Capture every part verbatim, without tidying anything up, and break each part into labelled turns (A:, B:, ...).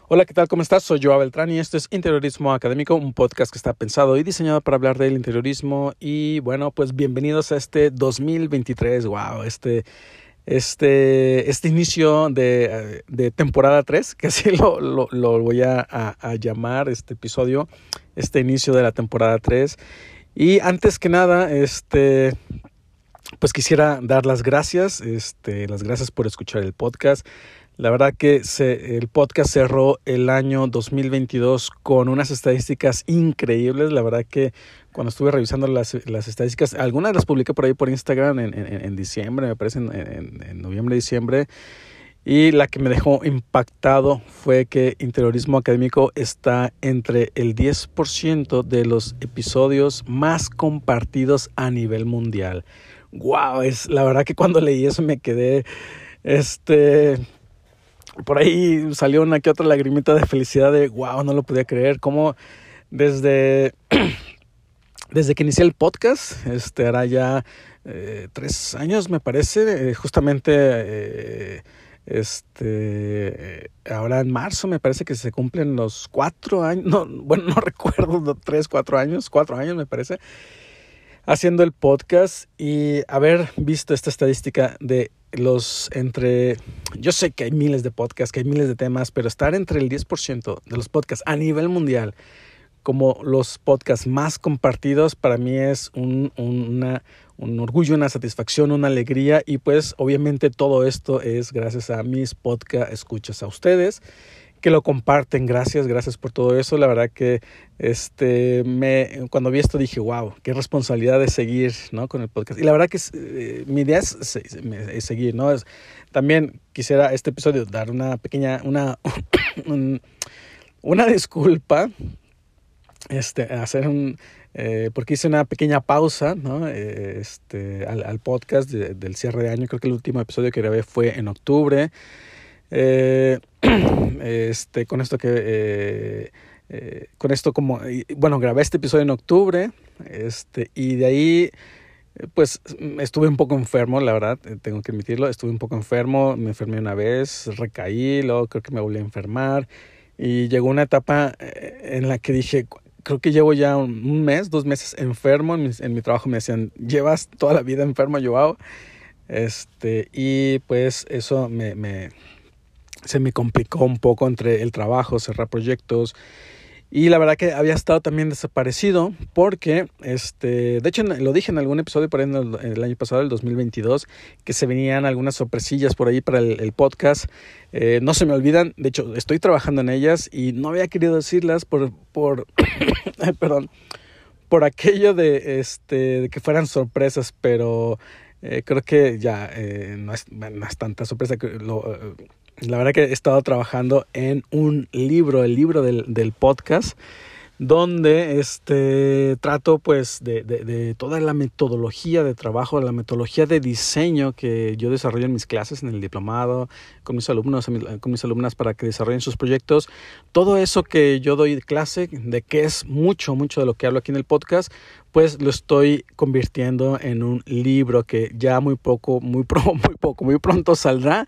A: Hola, ¿qué tal? ¿Cómo estás? Soy Joao Beltrán y esto es Interiorismo Académico, un podcast que está pensado y diseñado para hablar del interiorismo. Y bueno, pues bienvenidos a este dos mil veintitrés. Wow, este, este, este inicio de, de temporada tres, que así lo, lo, lo voy a, a, a llamar este episodio, este inicio de la temporada tres. Y antes que nada, este... pues quisiera dar las gracias, este, las gracias por escuchar el podcast. La verdad que se, el podcast cerró el año dos mil veintidós con unas estadísticas increíbles. La verdad que cuando estuve revisando las, las estadísticas, algunas las publiqué por ahí por Instagram en, en, en diciembre, me parece en, en, en noviembre, diciembre. Y la que me dejó impactado fue que Interiorismo Académico está entre el diez por ciento de los episodios más compartidos a nivel mundial. Wow, es la verdad que cuando leí eso me quedé, este, por ahí salió una que otra lagrimita de felicidad de wow, no lo podía creer, como desde, desde que inicié el podcast, este, hará ya eh, tres años me parece, eh, justamente, eh, este, ahora en marzo me parece que se cumplen los cuatro años, no, bueno, no recuerdo, tres, cuatro años, cuatro años me parece, haciendo el podcast y haber visto esta estadística de los entre, yo sé que hay miles de podcasts, que hay miles de temas, pero estar entre el diez por ciento de los podcasts a nivel mundial como los podcasts más compartidos para mí es un, una, un orgullo, una satisfacción, una alegría y pues obviamente todo esto es gracias a mis podcast escuchas, a ustedes que lo comparten. Gracias, gracias por todo eso. La verdad que este me cuando vi esto dije, wow, qué responsabilidad de seguir, ¿no? Con el podcast. Y la verdad que eh, mi idea es, es seguir, ¿no? Es, también quisiera este episodio dar una pequeña, una, un, una disculpa, este, hacer un, eh, porque hice una pequeña pausa, ¿no? Eh, este, al, al podcast de, del cierre de año. Creo que el último episodio que grabé fue en octubre. Eh, este, con esto que eh, eh, con esto como bueno, grabé este episodio en octubre, este, y de ahí pues estuve un poco enfermo, la verdad, tengo que admitirlo, estuve un poco enfermo, me enfermé una vez, recaí, luego creo que me volví a enfermar y llegó una etapa en la que dije, creo que llevo ya un, un mes, dos meses enfermo. En mi, en mi trabajo me decían, llevas toda la vida enfermo, Joao, este, y pues eso me, me se me complicó un poco entre el trabajo, cerrar proyectos y la verdad que había estado también desaparecido porque, este, de hecho lo dije en algún episodio por ahí en el, el año pasado, el dos mil veintidós, que se venían algunas sorpresillas por ahí para el, el podcast. Eh, no se me olvidan, de hecho estoy trabajando en ellas y no había querido decirlas por, por perdón, por aquello de, este, de que fueran sorpresas, pero eh, creo que ya eh, no, es, no es tanta sorpresa que lo... Eh, La verdad que he estado trabajando en un libro, el libro del, del podcast, donde este, trato pues de, de, de toda la metodología de trabajo, la metodología de diseño que yo desarrollo en mis clases, en el diplomado, con mis alumnos, con mis alumnas para que desarrollen sus proyectos. Todo eso que yo doy clase, de que es mucho, mucho de lo que hablo aquí en el podcast, pues lo estoy convirtiendo en un libro que ya muy poco, muy, pro, muy poco, muy pronto saldrá.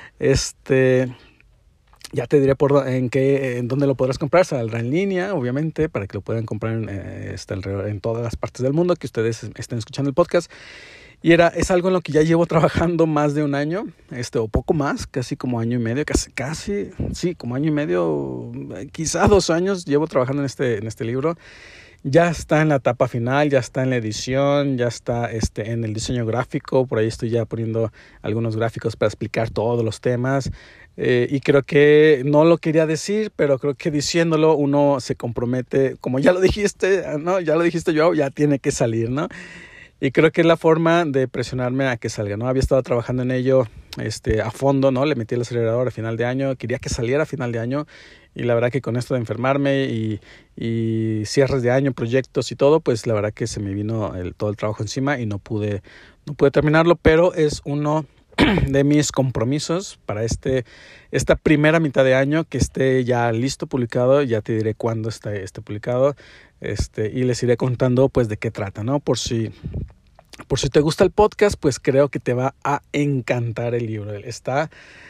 A: Este, ya te diré por en qué, en dónde lo podrás comprar. Saldrá en línea, obviamente, para que lo puedan comprar en, este, en todas las partes del mundo que ustedes estén escuchando el podcast. Y era, es algo en lo que ya llevo trabajando más de un año, este, o poco más, casi como año y medio, casi, casi, sí, como año y medio, quizá dos años llevo trabajando en este, en este libro. Ya está en la etapa final, ya está en la edición, ya está este, en el diseño gráfico. Por ahí estoy ya poniendo algunos gráficos para explicar todos los temas. Eh, y creo que no lo quería decir, pero creo que diciéndolo uno se compromete, como ya lo dijiste, ¿no? Ya lo dijiste yo, ya tiene que salir, ¿no? Y creo que es la forma de presionarme a que salga, ¿no? Había estado trabajando en ello este, a fondo, ¿no? Le metí el acelerador a final de año, quería que saliera a final de año. Y la verdad que con esto de enfermarme y, y cierres de año, proyectos y todo, pues la verdad que se me vino el, todo el trabajo encima y no pude, no pude terminarlo, pero es uno de mis compromisos para este, esta primera mitad de año, que esté ya listo, publicado. Ya te diré cuándo está esté publicado, este, y les iré contando pues de qué trata, ¿no? Por si, por si te gusta el podcast, pues creo que te va a encantar el libro. Está...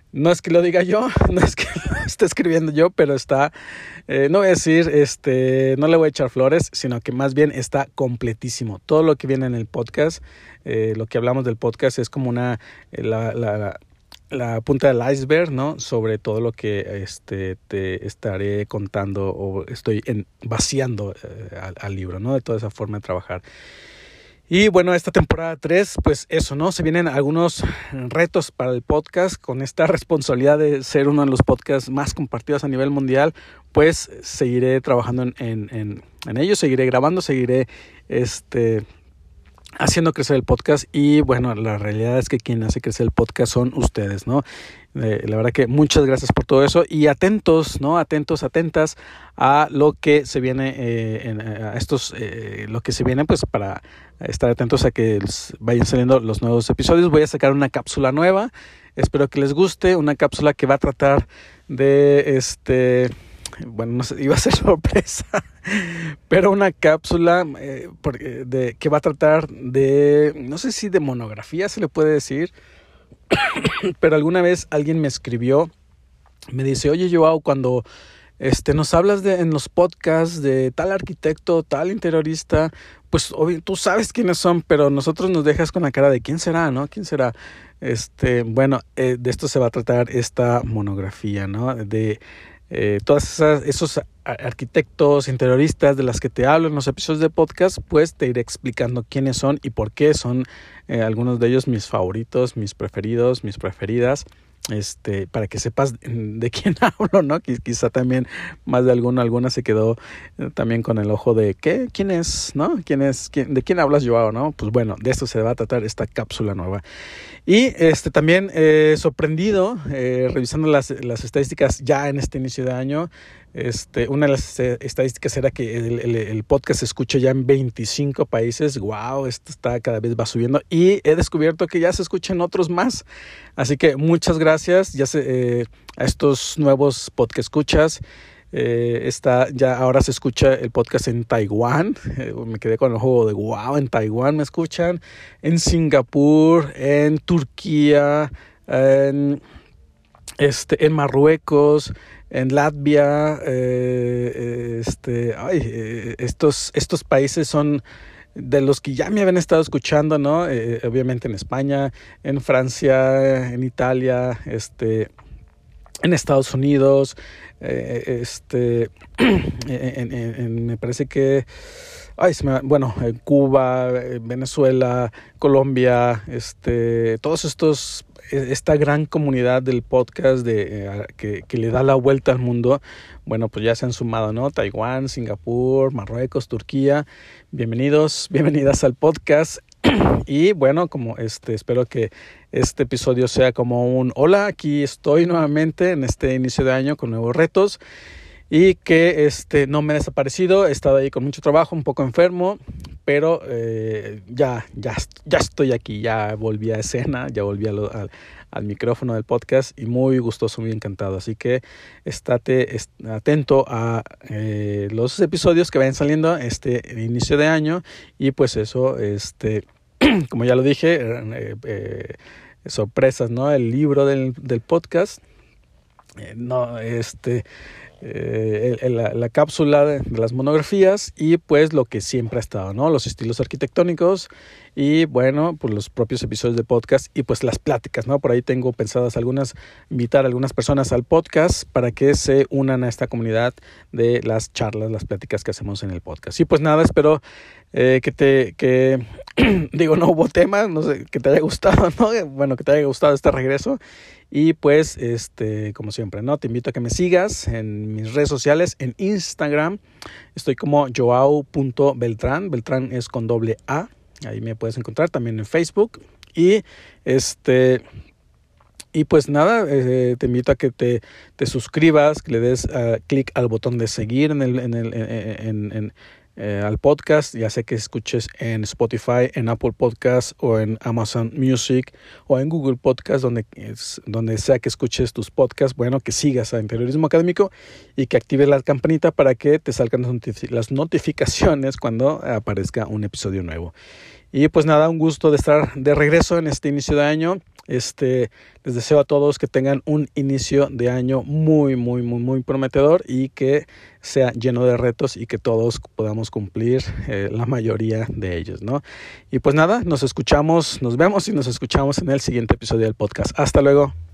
A: No es que lo diga yo, no es que lo esté escribiendo yo, pero está, eh, no voy a decir, este, no le voy a echar flores, sino que más bien está completísimo. Todo lo que viene en el podcast, eh, lo que hablamos del podcast es como una, eh, la, la, la, la punta del iceberg, ¿no? Sobre todo lo que este, te estaré contando o estoy en, vaciando eh, al, al libro, ¿no? De toda esa forma de trabajar. Y bueno, esta temporada tres, pues eso, ¿no? Se vienen algunos retos para el podcast con esta responsabilidad de ser uno de los podcasts más compartidos a nivel mundial. Pues seguiré trabajando en, en, en, en ello, seguiré grabando, seguiré este, haciendo crecer el podcast. Y bueno, la realidad es que quien hace crecer el podcast son ustedes, ¿no? Eh, la verdad que muchas gracias por todo eso y atentos, ¿no? Atentos, atentas a lo que se viene, eh, en, a estos, eh, lo que se viene, pues para estar atentos a que vayan saliendo los nuevos episodios. Voy a sacar una cápsula nueva, espero que les guste, una cápsula que va a tratar de, este, bueno, no sé, iba a ser sorpresa, pero una cápsula eh, de, que va a tratar de, no sé si de monografía se le puede decir, pero alguna vez alguien me escribió, me dice, oye Joao, cuando este, nos hablas de, en los podcasts de tal arquitecto, tal interiorista, pues obvio, tú sabes quiénes son, pero nosotros nos dejas con la cara de quién será, ¿no? ¿Quién será? Este, bueno, eh, de esto se va a tratar esta monografía, ¿no? De eh, todas esas, esos arquitectos, interioristas de las que te hablo en los episodios de podcast, pues te iré explicando quiénes son y por qué son eh, algunos de ellos mis favoritos, mis preferidos, mis preferidas. Este, para que sepas de quién hablo, ¿no? Quizá también más de alguno, alguna se quedó eh, también con el ojo de ¿qué? ¿Quién es? ¿No? ¿Quién es? ¿Quién, ¿De quién hablas, Joao? ¿No? Pues bueno, de esto se va a tratar esta cápsula nueva. Y este también eh, sorprendido, eh, revisando las, las estadísticas ya en este inicio de año, este, una de las eh, estadísticas era que el, el, el podcast se escucha ya en veinticinco países. Wow, esto está cada vez va subiendo y he descubierto que ya se escuchan otros más. Así que muchas gracias ya se, eh, a estos nuevos podcast escuchas. Eh, está, ya ahora se escucha el podcast en Taiwán. Eh, me quedé con el ojo de wow, en Taiwán me escuchan, en Singapur, en Turquía, en, este, en Marruecos, en Latvia. Eh, este, ay, eh, estos, estos países son de los que ya me habían estado escuchando, ¿no? Eh, obviamente en España, en Francia, en Italia, este, en Estados Unidos, eh, este, en, en, en, me parece que, ay, se me, bueno, en Cuba, en Venezuela, Colombia, este, todos estos, esta gran comunidad del podcast de, eh, que, que le da la vuelta al mundo, bueno, pues ya se han sumado, ¿no? Taiwán, Singapur, Marruecos, Turquía. Bienvenidos, bienvenidas al podcast. Y bueno, como este, espero que este episodio sea como un hola, aquí estoy nuevamente en este inicio de año con nuevos retos y que este, no me he desaparecido, he estado ahí con mucho trabajo, un poco enfermo, pero eh, ya, ya, ya estoy aquí, ya volví a escena, ya volví a lo, a, al micrófono del podcast y muy gustoso, muy encantado. Así que estate est- atento a eh, los episodios que vayan saliendo este inicio de año y pues eso, este, como ya lo dije, eh, eh, sorpresas, ¿no? El libro del, del podcast, eh, no, este... Eh, el, la, la cápsula de, de las monografías y pues lo que siempre ha estado, ¿no? Los estilos arquitectónicos y bueno, pues los propios episodios de podcast y pues las pláticas, ¿no? Por ahí tengo pensadas algunas, invitar a algunas personas al podcast para que se unan a esta comunidad de las charlas, las pláticas que hacemos en el podcast. Y pues nada, espero eh, que te, que digo, no hubo tema, no sé, que te haya gustado, ¿no? Bueno, que te haya gustado este regreso. Y pues, este, como siempre, ¿no? Te invito a que me sigas en mis redes sociales, en Instagram. Estoy como joao punto beltrán. Beltrán es con doble A. Ahí me puedes encontrar también en Facebook. Y este... Y pues nada, eh, te invito a que te, te suscribas, que le des uh, clic al botón de seguir en el, en el, en, en, en, eh, al podcast, ya sea que escuches en Spotify, en Apple Podcasts o en Amazon Music o en Google Podcasts, donde, es, donde sea que escuches tus podcasts, bueno, que sigas a Interiorismo Académico y que actives la campanita para que te salgan las, notific- las notificaciones cuando aparezca un episodio nuevo. Y pues nada, un gusto de estar de regreso en este inicio de año. Este, les deseo a todos que tengan un inicio de año muy, muy, muy, muy prometedor y que sea lleno de retos y que todos podamos cumplir eh, la mayoría de ellos, ¿no? Y pues nada, nos escuchamos, nos vemos y nos escuchamos en el siguiente episodio del podcast. Hasta luego.